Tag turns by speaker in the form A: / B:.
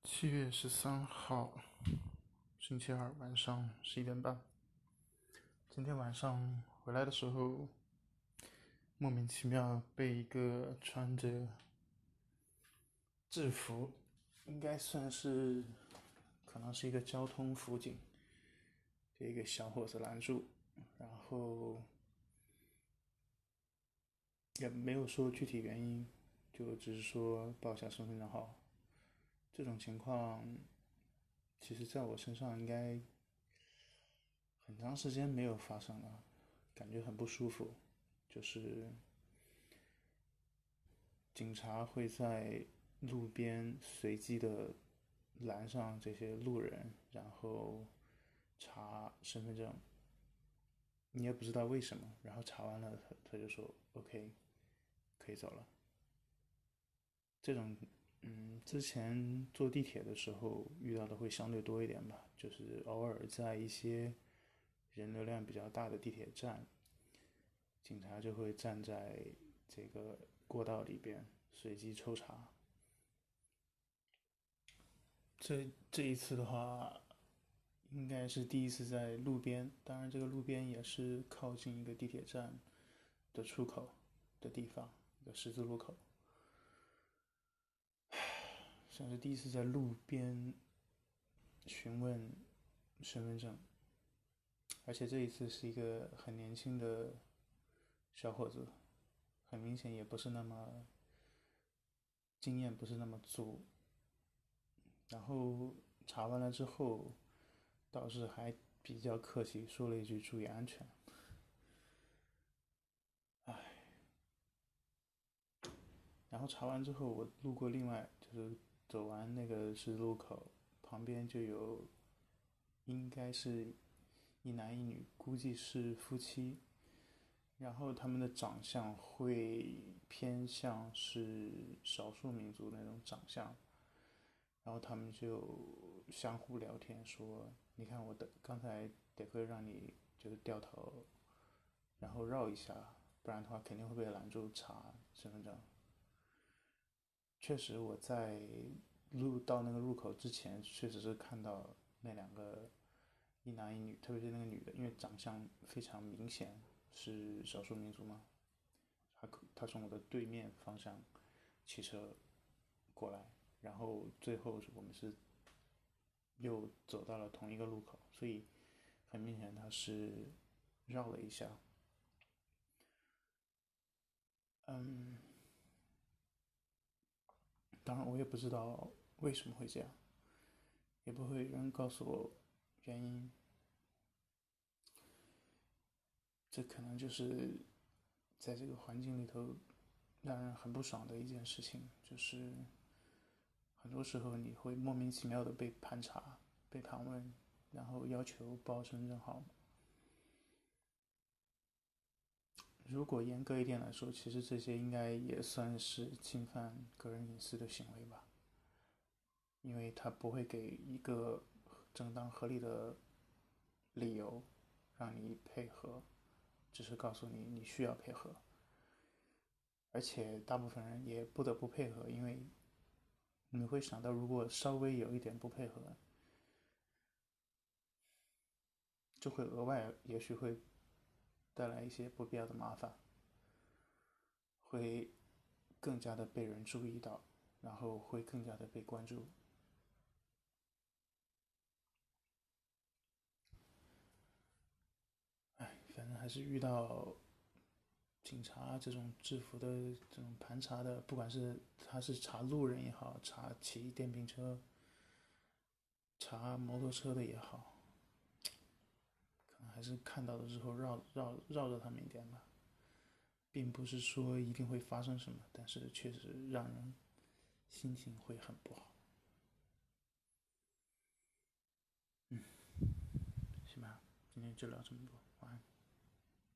A: 7月13号，星期二晚上11点半。今天晚上回来的时候，莫名其妙被一个穿着制服，应该算是可能是一个交通辅警的一个小伙子拦住，然后也没有说具体原因，就只是说报一下身份证号。这种情况，其实在我身上应该很长时间没有发生了，感觉很不舒服。就是警察会在路边随机的拦上这些路人，然后查身份证，你也不知道为什么，然后查完了他就说 OK，可以走了。这种之前坐地铁的时候遇到的会相对多一点吧，就是偶尔在一些人流量比较大的地铁站，警察就会站在这个过道里边随机抽查。这一次的话，应该是第一次在路边，当然这个路边也是靠近一个地铁站的出口的地方，一个十字路口，算是第一次在路边询问身份证，而且这一次是一个很年轻的小伙子，很明显也不是那么经验不是那么足，然后查完了之后，倒是还比较客气，说了一句注意安全。唉，然后查完之后，我路过另外就是走完那个十字路口，旁边就有应该是一男一女，估计是夫妻。然后他们的长相会偏向是少数民族那种长相，然后他们就相互聊天说：“你看我的刚才得亏让你就是掉头，然后绕一下，不然的话肯定会被拦住查身份证。”确实，我在到那个入口之前，确实是看到那两个一男一女，特别是那个女的，因为长相非常明显是少数民族嘛，她从我的对面方向骑车过来，然后最后我们是又走到了同一个路口，所以很明显他是绕了一下。嗯，当然我也不知道为什么会这样，也不会有人告诉我原因。这可能就是在这个环境里头让人很不爽的一件事情，就是很多时候你会莫名其妙的被盘查、被盘问，然后要求报身份证号。如果严格一点来说，其实这些应该也算是侵犯个人隐私的行为吧，因为他不会给一个正当合理的理由让你配合，只是告诉你你需要配合，而且大部分人也不得不配合，因为你会想到，如果稍微有一点不配合，就会额外也许会带来一些不必要的麻烦，会更加的被人注意到，然后会更加的被关注。哎，反正还是遇到警察这种制服的这种盘查的，不管是他是查路人也好，查骑电瓶车、查摩托车的也好，可能还是看到了之后绕着他们一点吧，并不是说一定会发生什么，但是确实让人心情会很不好。行吧，今天就聊这么多。